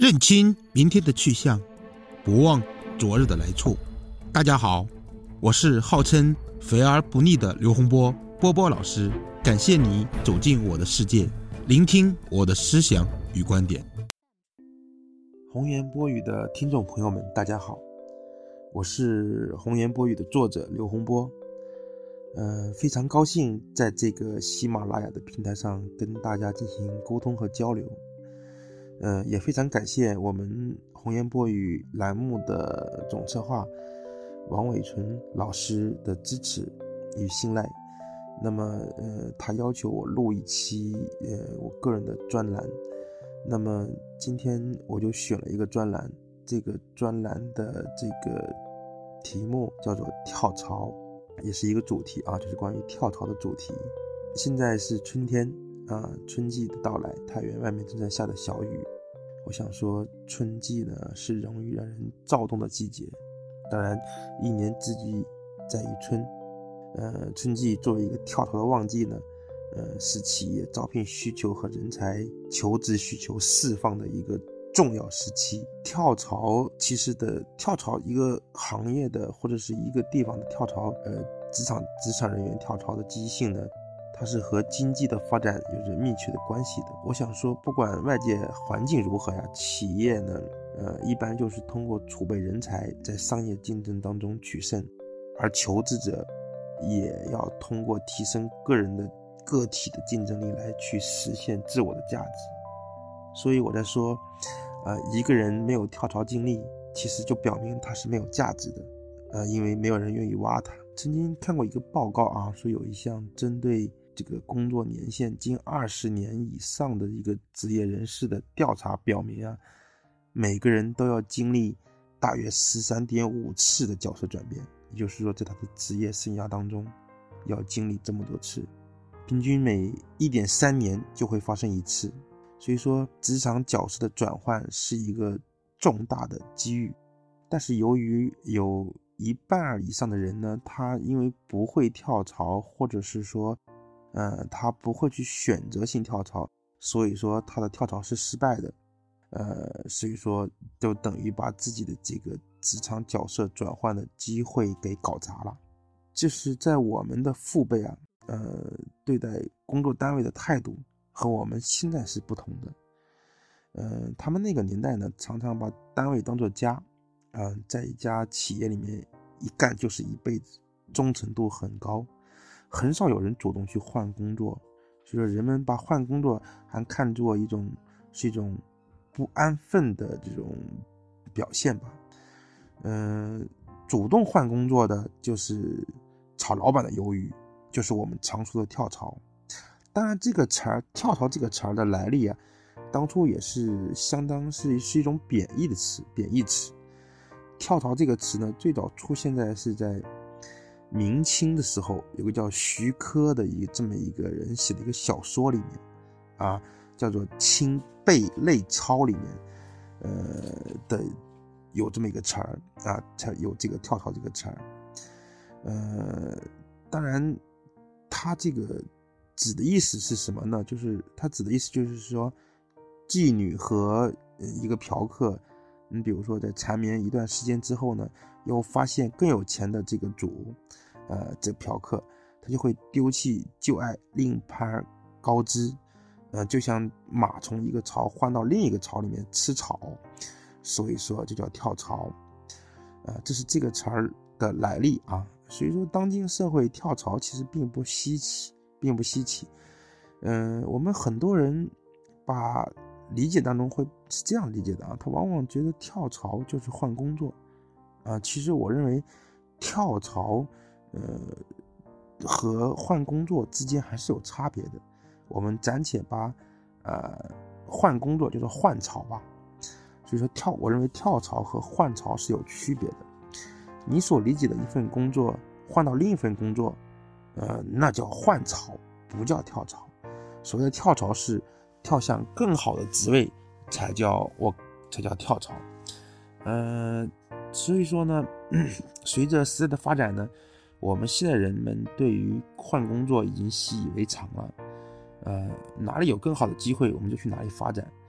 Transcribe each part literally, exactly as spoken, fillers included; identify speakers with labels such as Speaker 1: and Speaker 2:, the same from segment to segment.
Speaker 1: 认清明天的去向，不忘昨日的来处。大家好，我是号称肥而不腻的刘洪波波波老师，感谢你走进我的世界，聆听我的思想与观点。
Speaker 2: 红颜播语的听众朋友们，大家好，我是红颜播语的作者刘洪波。呃，非常高兴在这个喜马拉雅的平台上跟大家进行沟通和交流。呃，也非常感谢我们红颜播语栏目的总策划王伟纯老师的支持与信赖。那么，呃，他要求我录一期呃我个人的专栏。那么今天我就选了一个专栏，这个专栏的这个题目叫做跳槽，也是一个主题啊，就是关于跳槽的主题。现在是春天啊，春季的到来，太原外面正在下着小雨。我想说，春季呢是容易让人躁动的季节。当然，一年之计在于春。呃，春季作为一个跳槽的旺季呢，呃，是企业招聘需求和人才求职需求释放的一个重要时期。跳槽其实的跳槽，一个行业的或者是一个地方的跳槽，呃，职场职场人员跳槽的积极性呢，它是和经济的发展有着密切的关系的。我想说，不管外界环境如何呀，企业呢，呃，一般就是通过储备人才，在商业竞争当中取胜，而求职者也要通过提升个人的个体的竞争力来去实现自我的价值。所以我在说，呃，一个人没有跳槽经历，其实就表明他是没有价值的，呃，因为没有人愿意挖他。曾经看过一个报告啊，说有一项针对这个工作年限近二十年以上的一个职业人士的调查，表明啊，每个人都要经历大约 十三点五 次的角色转变，也就是说，在他的职业生涯当中要经历这么多次，平均每 一点三 年就会发生一次。所以说，职场角色的转换是一个重大的机遇。但是由于有一半以上的人呢，他因为不会跳槽，或者是说呃，他不会去选择性跳槽，所以说他的跳槽是失败的。呃，所以说就等于把自己的这个职场角色转换的机会给搞砸了。就是在我们的父辈啊，呃，对待工作单位的态度和我们现在是不同的。呃，他们那个年代呢，常常把单位当作家，呃，在一家企业里面一干就是一辈子，忠诚度很高，很少有人主动去换工作。所以说，人们把换工作还看作一种是一种不安分的这种表现吧。嗯、呃，主动换工作的就是炒老板的鱿鱼，就是我们常说的跳槽。当然，这个词儿跳槽这个词儿的来历啊，当初也是相当是是一种贬义的词，贬义词。跳槽这个词呢，最早出现在是在明清的时候，有个叫徐科的一个这么一个人写的一个小说里面啊，叫做《清备类钞》里面，呃的有这么一个词儿啊，才有这个跳槽这个词儿。呃，当然，他这个指的意思是什么呢？就是他指的意思就是说，妓女和一个嫖客，你比如说在缠绵一段时间之后呢，又发现更有钱的这个主，呃，这嫖客他就会丢弃旧爱，另攀高枝，呃，就像马从一个巢换到另一个巢里面吃草，所以说就叫跳槽。呃，这是这个词儿的来历啊。所以说，当今社会跳槽其实并不稀奇，并不稀奇。嗯、呃，我们很多人把理解当中会是这样理解的啊，他往往觉得跳槽就是换工作啊。其实我认为跳槽呃和换工作之间还是有差别的。我们暂且把呃换工作就是换槽吧。所以说跳，我认为跳槽和换槽是有区别的。你所理解的一份工作换到另一份工作，呃，那叫换槽，不叫跳槽。所谓的跳槽是跳向更好的职位，才叫我才叫跳槽。呃，所以说呢，随着时代的发展呢，我们现在人们对于换工作已经习以为常了。呃，哪里有更好的机会，我们就去哪里发展。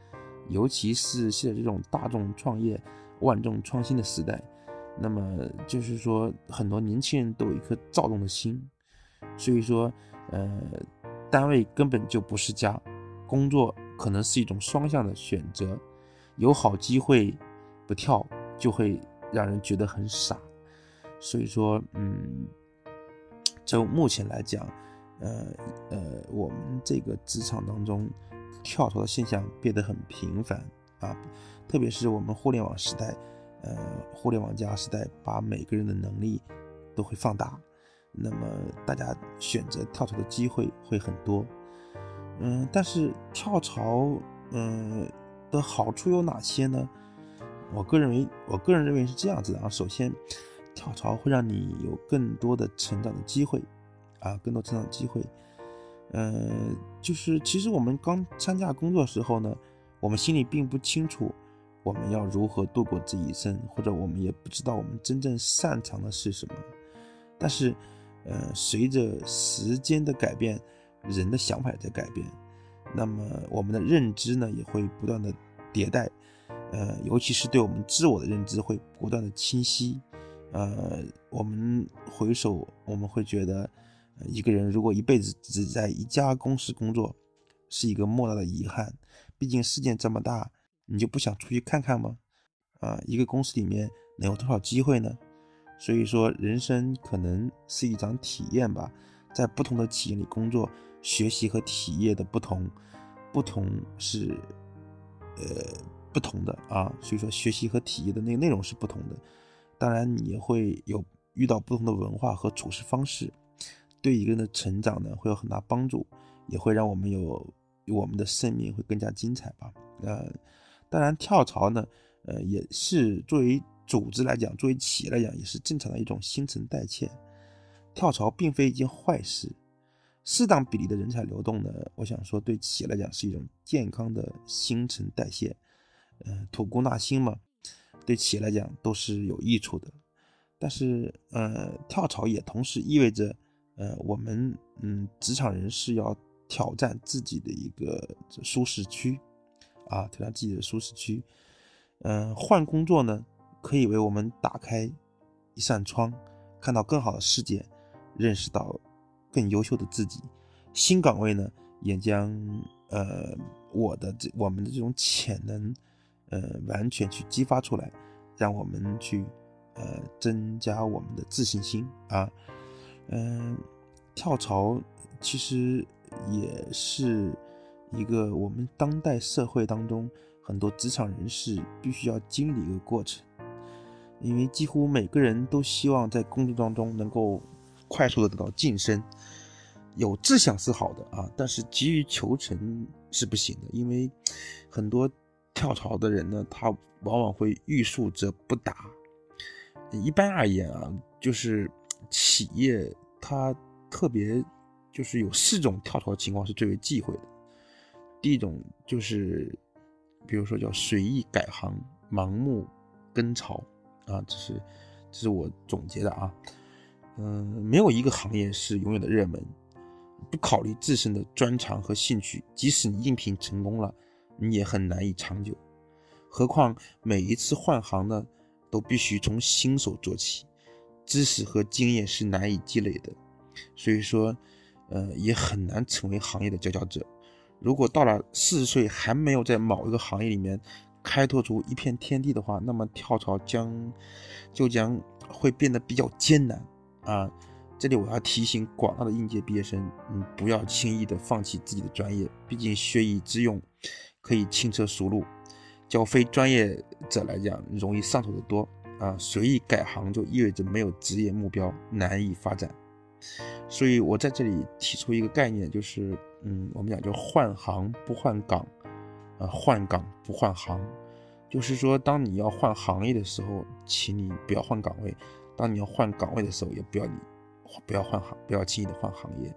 Speaker 2: 尤其是现在这种大众创业、万众创新的时代，那么就是说很多年轻人都有一颗躁动的心，所以说呃，单位根本就不是家，工作可能是一种双向的选择，有好机会不跳就会让人觉得很傻。所以说嗯，就目前来讲呃呃，我们这个职场当中跳槽的现象变得很频繁啊，特别是我们互联网时代，呃，互联网加时代，把每个人的能力都会放大，那么大家选择跳槽的机会会很多。嗯，但是跳槽，嗯的好处有哪些呢？我个人认为，我个人认为是这样子的啊。首先，跳槽会让你有更多的成长的机会，啊，更多成长的机会。呃，就是其实我们刚参加工作的时候呢，我们心里并不清楚我们要如何度过这一生，或者我们也不知道我们真正擅长的是什么。但是，呃，随着时间的改变，人的想法也在改变，那么我们的认知呢也会不断的迭代，呃，尤其是对我们自我的认知会不断的清晰。呃，我们回首，我们会觉得，呃、一个人如果一辈子只在一家公司工作，是一个莫大的遗憾。毕竟世界这么大，你就不想出去看看吗？啊，一个公司里面能有多少机会呢？所以说，人生可能是一场体验吧，在不同的企业里工作，学习和体验的不同，不同是呃不同的啊。所以说，学习和体验的那个内容是不同的。当然，你也会有遇到不同的文化和处事方式，对一个人的成长呢会有很大帮助，也会让我们有我们的生命会更加精彩吧。呃，当然跳槽呢，呃，也是作为组织来讲，作为企业来讲，也是正常的一种新陈代谢。跳槽并非一件坏事，适当比例的人才流动呢，我想说对企业来讲是一种健康的新陈代谢，呃，吐故纳新嘛。对企业来讲都是有益处的。但是呃，跳槽也同时意味着呃，我们嗯，职场人士要挑战自己的一个舒适区啊，挑战自己的舒适区。嗯、呃，换工作呢，可以为我们打开一扇窗，看到更好的世界，认识到更优秀的自己。新岗位呢，也将呃我的这我们的这种潜能。呃，完全去激发出来，让我们去呃增加我们的自信心啊。嗯、呃，跳槽其实也是一个我们当代社会当中很多职场人士必须要经历的一个过程，因为几乎每个人都希望在工作当中能够快速的得到晋升。有志向是好的啊，但是急于求成是不行的，因为很多跳槽的人呢，他往往会欲速则不达。一般而言啊，就是企业它特别就是有四种跳槽的情况是最为忌讳的。第一种就是比如说叫随意改行、盲目跟潮啊，这是这是我总结的啊。嗯，没有一个行业是永远的热门，不考虑自身的专长和兴趣，即使你应聘成功了，你也很难以长久。何况每一次换行呢，都必须从新手做起，知识和经验是难以积累的，所以说呃，也很难成为行业的佼佼者。如果到了四十岁还没有在某一个行业里面开拓出一片天地的话，那么跳槽将就将会变得比较艰难啊。这里我要提醒广大的应届毕业生，嗯，不要轻易的放弃自己的专业，毕竟学以致用可以轻车熟路，较非专业者来讲容易上手的多啊。随意改行就意味着没有职业目标，难以发展。所以我在这里提出一个概念，就是嗯，我们讲叫换行不换岗，啊，换岗不换行。就是说，当你要换行业的时候，请你不要换岗位；当你要换岗位的时候，也不要你不要换行，不要轻易的换行业。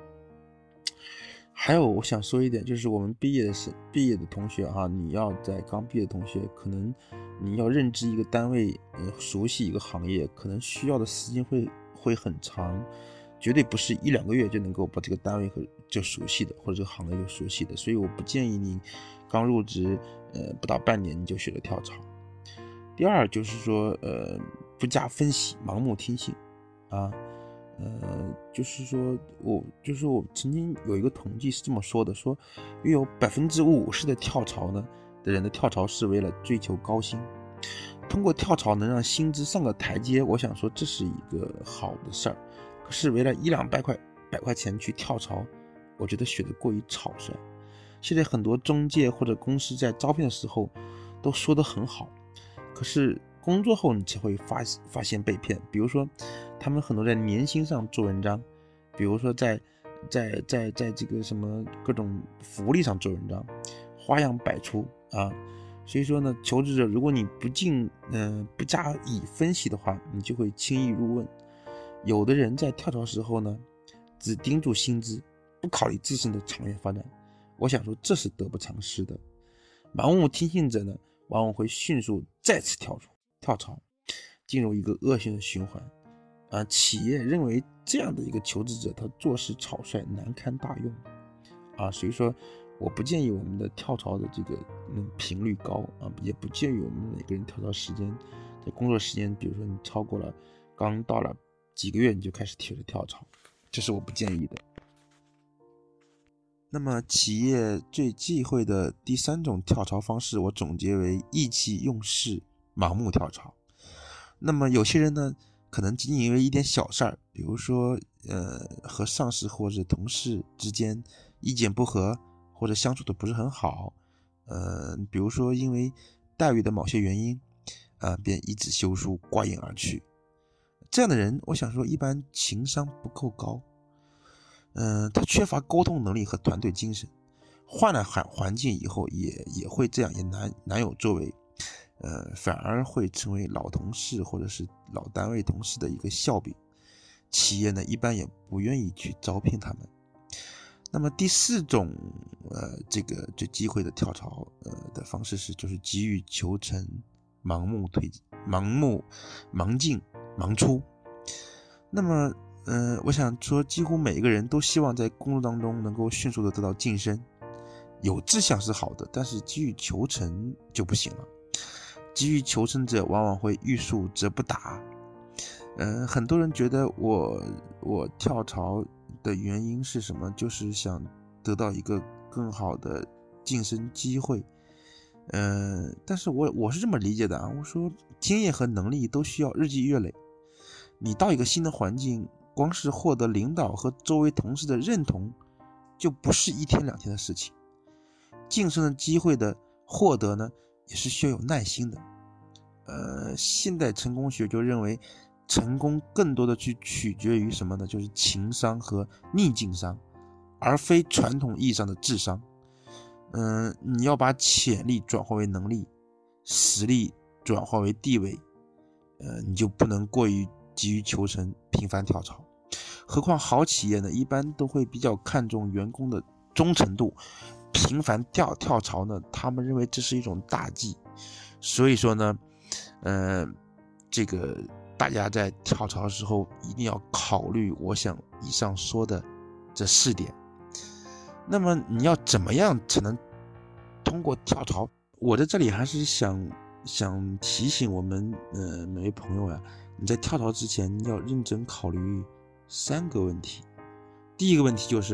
Speaker 2: 还有我想说一点，就是我们毕业的是毕业的同学啊，你要在刚毕业的同学，可能你要认知一个单位，呃，熟悉一个行业，可能需要的时间会会很长，绝对不是一两个月就能够把这个单位和就熟悉的，或者这个行业就熟悉的。所以我不建议你刚入职，呃，不到半年你就学了跳槽。第二就是说，呃，不加分析，盲目听信，啊，呃，就是说我就是我曾经有一个统计是这么说的，说约有百分之五十的跳槽呢的人的跳槽是为了追求高薪。通过跳槽能让薪资上个台阶，我想说这是一个好的事儿。可是为了一两百块百块钱去跳槽，我觉得学得过于草率。现在很多中介或者公司在招聘的时候都说得很好，可是工作后你才会发发现被骗。比如说他们很多在年薪上做文章，比如说在在在在这个什么各种福利上做文章，花样百出啊。所以说呢，求职者如果你不进呃不加以分析的话，你就会轻易入瓮。有的人在跳槽时候呢，只盯住薪资，不考虑自身的长远发展，我想说这是得不偿失的。盲目听信者呢，往往会迅速再次跳出跳槽，进入一个恶性的循环。啊，企业认为这样的一个求职者，他做事草率，难堪大用。啊，所以说我不建议我们的跳槽的这个嗯频率高啊，也不建议我们每个人跳槽时间，在工作时间，比如说你超过了，刚到了几个月你就开始提着跳槽，这是我不建议的。那么企业最忌讳的第三种跳槽方式，我总结为意气用事，盲目跳槽。那么有些人呢，可能仅仅因为一点小事儿，比如说呃和上司或者同事之间意见不合，或者相处的不是很好，呃比如说因为待遇的某些原因啊、呃，便一纸休书挂印而去。这样的人，我想说一般情商不够高，嗯、呃，他缺乏沟通能力和团队精神，换了环环境以后也也会这样，也难难有作为，呃，反而会成为老同事或者是老单位同事的一个笑柄，企业呢一般也不愿意去招聘他们。那么第四种呃这个最忌讳的跳槽呃的方式是，就是急于求成，盲目推盲目盲进盲出。那么呃我想说，几乎每一个人都希望在工作当中能够迅速的得到晋升，有志向是好的，但是急于求成就不行了。急于求成者往往会欲速则不达。呃很多人觉得我我跳槽的原因是什么？就是想得到一个更好的晋升机会。呃，但是我我是这么理解的啊，我说经验和能力都需要日积月累。你到一个新的环境，光是获得领导和周围同事的认同，就不是一天两天的事情。晋升的机会的获得呢，也是需要有耐心的。呃，现代成功学就认为，成功更多的去取决于什么呢？就是情商和逆境商，而非传统意义上的智商。嗯、呃，你要把潜力转化为能力，实力转化为地位，呃，你就不能过于急于求成，频繁跳槽。何况好企业呢，一般都会比较看重员工的忠诚度，频繁跳跳槽呢，他们认为这是一种大忌。所以说呢，呃，这个大家在跳槽的时候一定要考虑我想以上说的这四点。那么你要怎么样才能通过跳槽？我在这里还是想想提醒我们呃每位朋友啊，你在跳槽之前要认真考虑三个问题。第一个问题就是，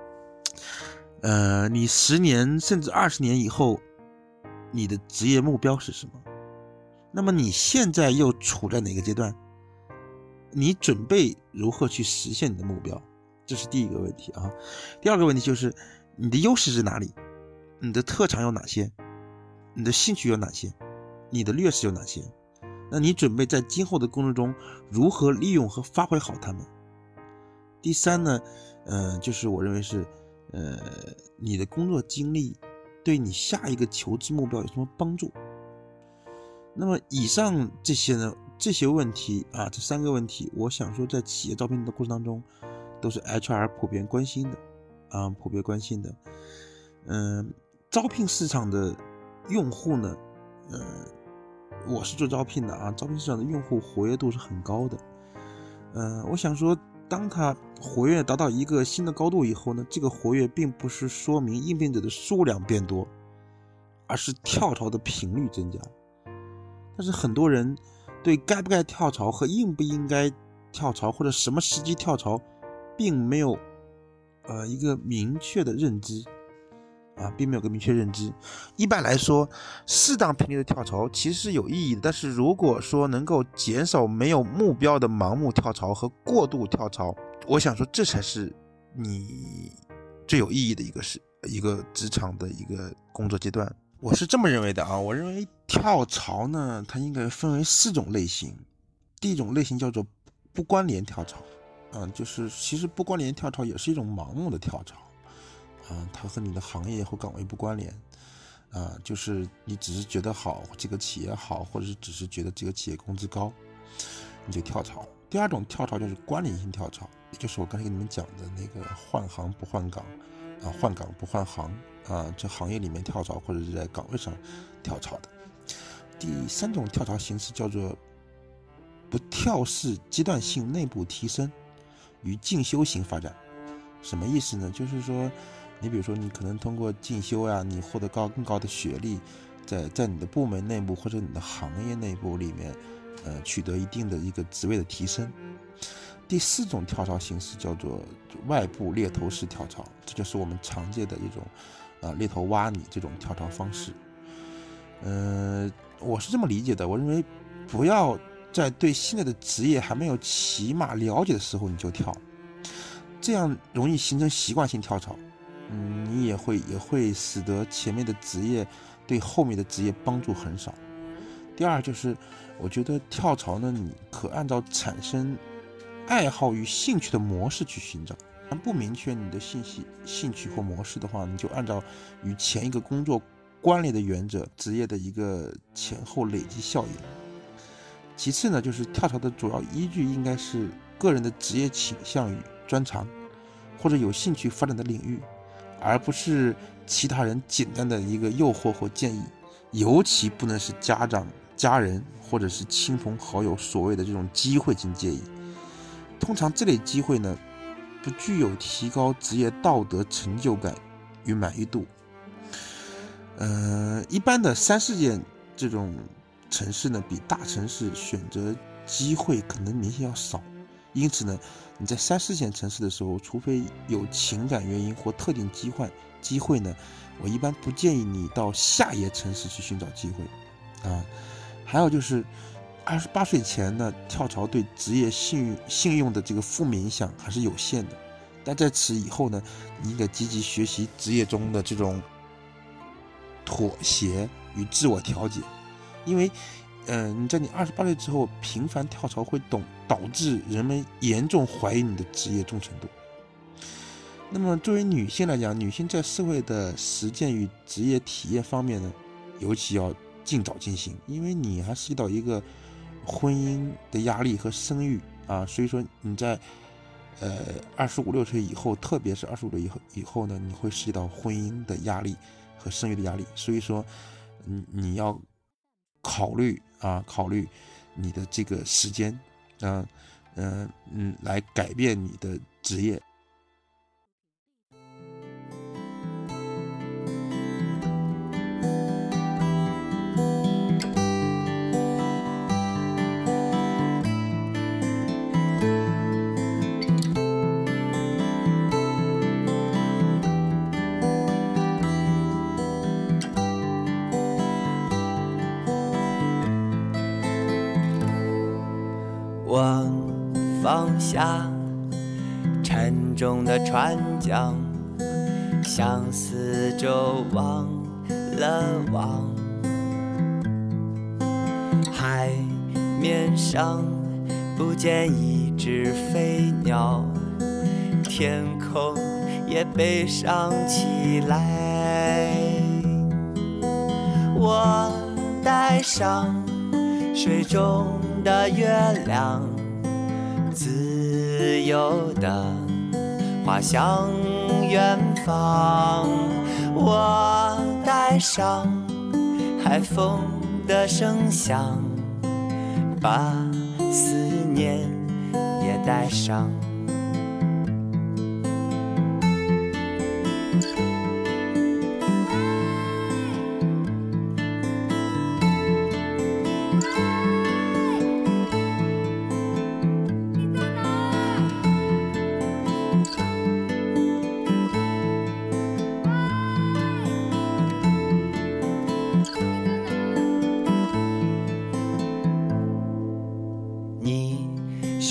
Speaker 2: 呃，你十年甚至二十年以后，你的职业目标是什么？那么你现在又处在哪个阶段？你准备如何去实现你的目标？这是第一个问题啊。第二个问题就是，你的优势是哪里？你的特长有哪些？你的兴趣有哪些？你的劣势有哪些？那你准备在今后的工作中如何利用和发挥好它们？第三呢，呃，就是我认为是，呃，你的工作经历对你下一个求职目标有什么帮助？那么以上这些呢，这些问题啊，这三个问题，我想说在企业招聘的过程当中，都是 H R 普遍关心的啊，普遍关心的。嗯、呃，招聘市场的用户呢，呃，我是做招聘的啊，招聘市场的用户活跃度是很高的。呃，我想说，当他活跃达到一个新的高度以后呢，这个活跃并不是说明应聘者的数量变多， 而是跳槽的频率增加。但是很多人对该不该跳槽和应不应该跳槽或者什么时机跳槽并没有呃一个明确的认知啊，并没有个明确认知。一般来说，适当频率的跳槽其实是有意义的，但是如果说能够减少没有目标的盲目跳槽和过度跳槽，我想说这才是你最有意义的一个是一个职场的一个工作阶段。我是这么认为的啊，我认为跳槽呢，它应该分为四种类型。第一种类型叫做不关联跳槽，嗯，就是其实不关联跳槽也是一种盲目的跳槽。啊，它和你的行业或岗位不关联，啊，就是你只是觉得好，这个企业好，或者是只是觉得这个企业工资高，你就跳槽。第二种跳槽就是关联性跳槽，也就是我刚才跟你们讲的那个换行不换岗，啊，换岗不换行，啊，这行业里面跳槽或者是在岗位上跳槽的。第三种跳槽形式叫做不跳式阶段性内部提升与进修型发展。什么意思呢？就是说你比如说你可能通过进修啊，你获得高更高的学历，在在你的部门内部或者你的行业内部里面呃，取得一定的一个职位的提升。第四种跳槽形式叫做外部猎头式跳槽，这就是我们常见的一种啊、呃、猎头挖你这种跳槽方式。呃，我是这么理解的，我认为不要在对现在的职业还没有起码了解的时候你就跳，这样容易形成习惯性跳槽。嗯，你也会也会使得前面的职业对后面的职业帮助很少。第二就是我觉得跳槽呢，你可按照产生爱好与兴趣的模式去寻找，不明确你的信息兴趣或模式的话，你就按照与前一个工作关联的原则，职业的一个前后累积效应。其次呢，就是跳槽的主要依据应该是个人的职业倾向与专长，或者有兴趣发展的领域，而不是其他人简单的一个诱惑或建议，尤其不能是家长、家人或者是亲朋好友所谓的这种机会性建议。通常这类机会呢，不具有提高职业道德成就感与满意度。呃，一般的三四线这种城市呢，比大城市选择机会可能明显要少。因此呢，你在三四线城市的时候，除非有情感原因或特定机会机会呢，我一般不建议你到下一城市去寻找机会啊。还有就是二十八岁前呢，跳槽对职业信信用的这个负面影响还是有限的。但在此以后呢，你应该积极学习职业中的这种妥协与自我调节，因为嗯、呃，你在你二十八岁之后频繁跳槽会导导致人们严重怀疑你的职业忠诚度。那么作为女性来讲，女性在社会的实践与职业体验方面呢，尤其要尽早进行，因为你还涉及到一个婚姻的压力和生育啊，所以说你在呃二十五六岁以后，特别是二十五岁以后以后呢，你会涉及到婚姻的压力和生育的压力，所以说你你要考虑啊，考虑你的这个时间，啊，嗯嗯，来改变你的职业。
Speaker 3: 我放下沉重的船桨，向四周望了望，海面上不见一只飞鸟，天空也悲伤起来。我带上水中的月亮，自由地滑向远方。我带上海风的声响，把思念也带上。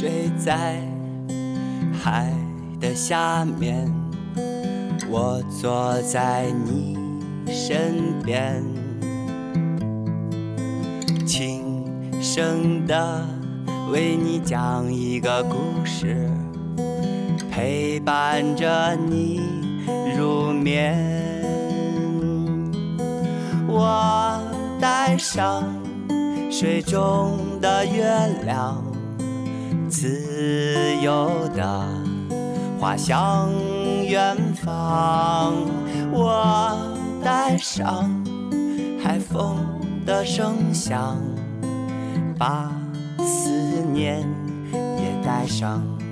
Speaker 3: 睡在海的下面，我坐在你身边，轻声地为你讲一个故事，陪伴着你入眠。我带上水中的月亮，自由地滑向远方。我带上海风的声响，把思念也带上。